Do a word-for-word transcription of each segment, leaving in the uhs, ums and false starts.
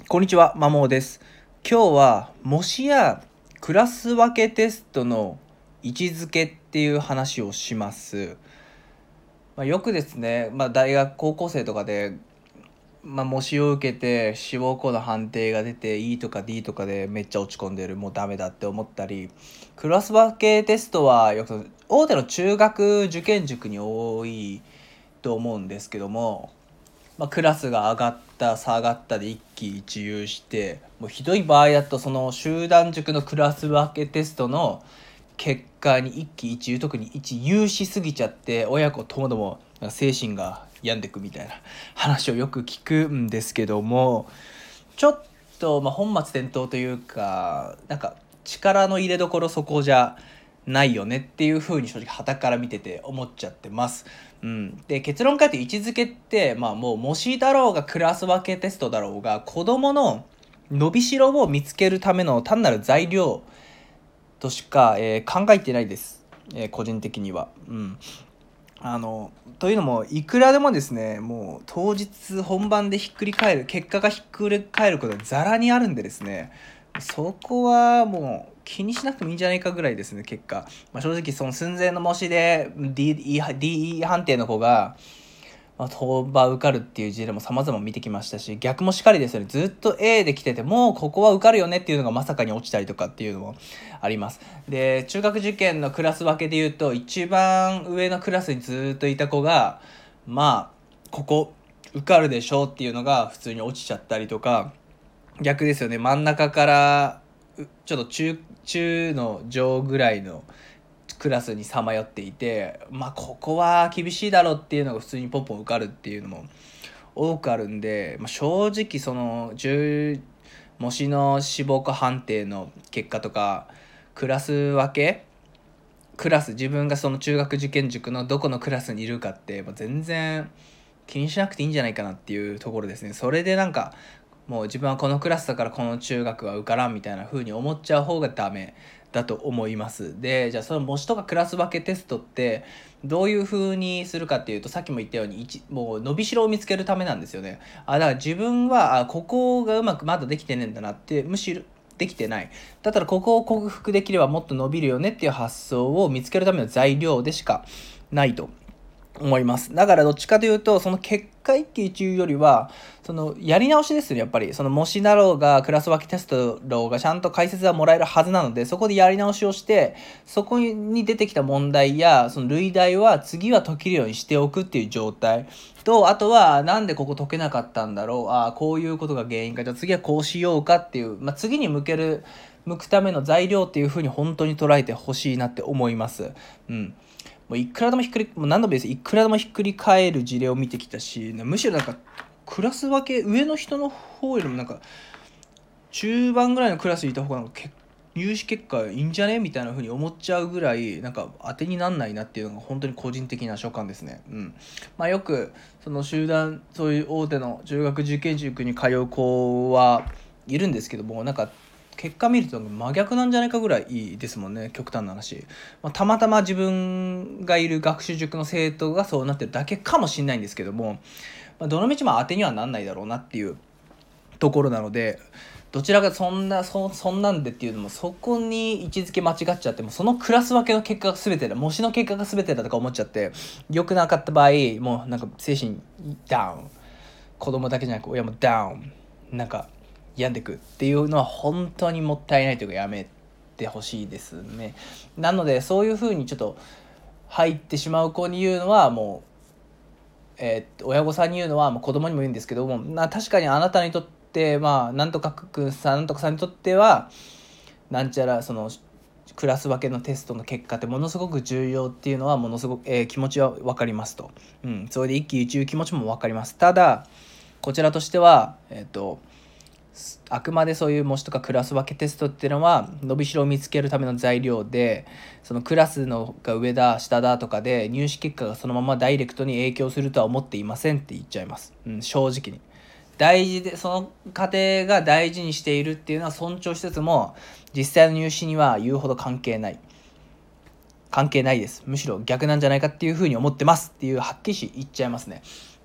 こんにちは、まもです。今日は模試やクラス分けテストの位置づけっていう話をします。まあ、よくですね、まあ、大学高校生とかで、まあ、模試を受けて志望校の判定が出て イー とか ディー とかでめっちゃ落ち込んでる、もうダメだって思ったり、クラス分けテストはよく大手の中学受験塾に多いと思うんですけども、まあ、クラスが上がった下がったで一喜一憂して、もうひどい場合だとその集団塾のクラス分けテストの結果に一喜一憂、特に一憂しすぎちゃって親子ともども精神が病んでくみたいな話をよく聞くんですけども、ちょっとまあ本末転倒というか、なんか力の入れどころそこじゃないよねっていう風に正直傍から見てて思っちゃってます。うん、で結論から言うと位置づけって、まあ、もう模試だろうがクラス分けテストだろうが子どもの伸びしろを見つけるための単なる材料としか、えー考えてないです、えー個人的には。うんあのというのもいくらでもですね、もう当日本番でひっくり返る結果がひっくり返ることがざらにあるんでですね、そこはもう気にしなくてもいいんじゃないかぐらいですね。結果、まあ、正直その寸前の模試で ディーイー 判定の子がまあ、当場受かるっていう事例も様々見てきましたし、逆もしかりですよね。ずっと A で来てて、もうここは受かるよねっていうのがまさかに落ちたりとかっていうのもあります。で、中学受験のクラス分けで言うと、一番上のクラスにずっといた子が、まあ、ここ受かるでしょうっていうのが普通に落ちちゃったりとか、逆ですよね。真ん中からちょっと中中の上ぐらいのクラスにさまよっていて、まあここは厳しいだろうっていうのが普通にポンポン受かるっていうのも多くあるんで、まあ、正直そのじゅう模試の志望校判定の結果とかクラス分けクラス自分がその中学受験塾のどこのクラスにいるかって、まあ、全然気にしなくていいんじゃないかなっていうところですね。それでなんかもう自分はこのクラスだからこの中学は受からんみたいな風に思っちゃう方がダメだと思います。で、じゃあその模試とかクラス分けテストってどういう風にするかっていうと、さっきも言ったように一もう伸びしろを見つけるためなんですよね。あだから自分はあここがうまくまだできてねえんだなって、むしろできてない、だったらここを克服できればもっと伸びるよねっていう発想を見つけるための材料でしかないと思います。だからどっちかというとその結果一喜一憂よりはそのやり直しですよね。やっぱりその模試だろうがクラス分けテストだろうがちゃんと解説はもらえるはずなので、そこでやり直しをしてそこに出てきた問題やその類題は次は解けるようにしておくっていう状態と、あとはなんでここ解けなかったんだろう、ああこういうことが原因か、じゃあ次はこうしようかっていう、まあ、次に向ける向くための材料っていう風に本当に捉えてほしいなって思います。うんもういくらでもひっくりもう何度もですいくらでもひっくり返る事例を見てきたし、むしろなんかクラス分け上の人の方よりもなんか中盤ぐらいのクラスにいた方がなんか入試結果いいんじゃねみたいな風に思っちゃうぐらいなんか当てになんないなっていうのが本当に個人的な所感ですね。うんまあ、よくその集団そういう大手の中学受験塾に通う子はいるんですけども、なんか結果見ると真逆なんじゃないかぐらいいいですもんね。極端な話、まあ、たまたま自分がいる学習塾の生徒がそうなってるだけかもしれないんですけども、まあ、どの道も当てにはなんないだろうなっていうところなので、どちらかそんな そ, そんなんでっていうのもそこに位置づけ間違っちゃってもそのクラス分けの結果が全てだ模試の結果が全てだとか思っちゃって良くなかった場合もうなんか精神ダウン、子供だけじゃなく親もダウン、なんか病んでくっていうのは本当にもったいないというかやめてほしいですね。なのでそういう風にちょっと入ってしまう子に言うのはもうえー、親御さんに言うのは、まあ、子供にも言うんですけども、まあ、確かにあなたにとってまあなんとかくんさんなんとかさんにとってはなんちゃらそのクラス分けのテストの結果ってものすごく重要っていうのはものすごく、えー、気持ちは分かりますと、うん、それで一喜一憂気持ちも分かります。ただこちらとしてはえっ、ー、とあくまでそういう模試とかクラス分けテストっていうのは伸びしろを見つけるための材料で、そのクラスのが上だ下だとかで入試結果がそのままダイレクトに影響するとは思っていませんって言っちゃいます、うん、正直に。大事でその過程が大事にしているっていうのは尊重しつつも、実際の入試には言うほど関係ない関係ないです。むしろ逆なんじゃないかっていうふうに思ってますっていうはっきり言っちゃいますね。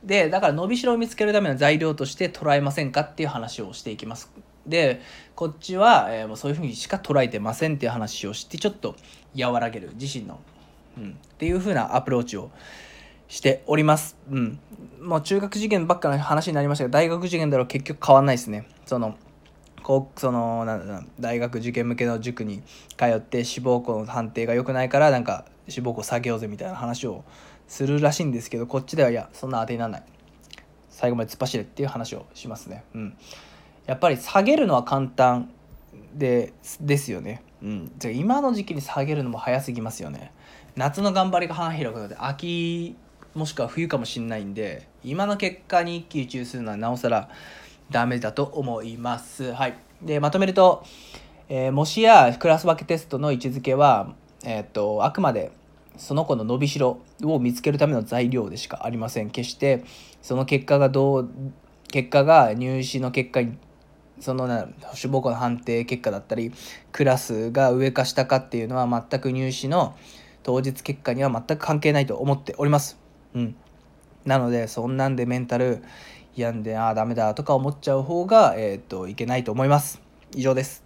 でだから伸びしろを見つけるための材料として捉えませんかっていう話をしていきます。でこっちは、えー、もうそういうふうにしか捉えてませんっていう話をしてちょっと和らげる自身の、うん、っていうふうなアプローチをしております。うん、もう中学受験ばっかの話になりましたが大学受験だろう結局変わんないですね。そのこうそのなんだ大学受験向けの塾に通って志望校の判定が良くないからなんか志望校下げようぜみたいな話をするらしいんですけど、こっちではいやそんな当てにならない、最後まで突っ走れっていう話をしますね。うん、やっぱり下げるのは簡単でですよね。うん、じゃあ今の時期に下げるのも早すぎますよね。夏の頑張りが花開くので秋もしくは冬かもしれないんで、今の結果に一喜一憂するのはなおさらダメだと思います。はい、でまとめると、えー、模試やクラス分けテストの位置づけは、えー、っとあくまでその子の伸びしろを見つけるための材料でしかありません。決してその結果がどう結果が入試の結果にそのな志望校の判定結果だったりクラスが上か下かっていうのは全く入試の当日結果には全く関係ないと思っております。うん、なのでそんなんでメンタル病んでああダメだとか思っちゃう方が、えー、っといけないと思います。以上です。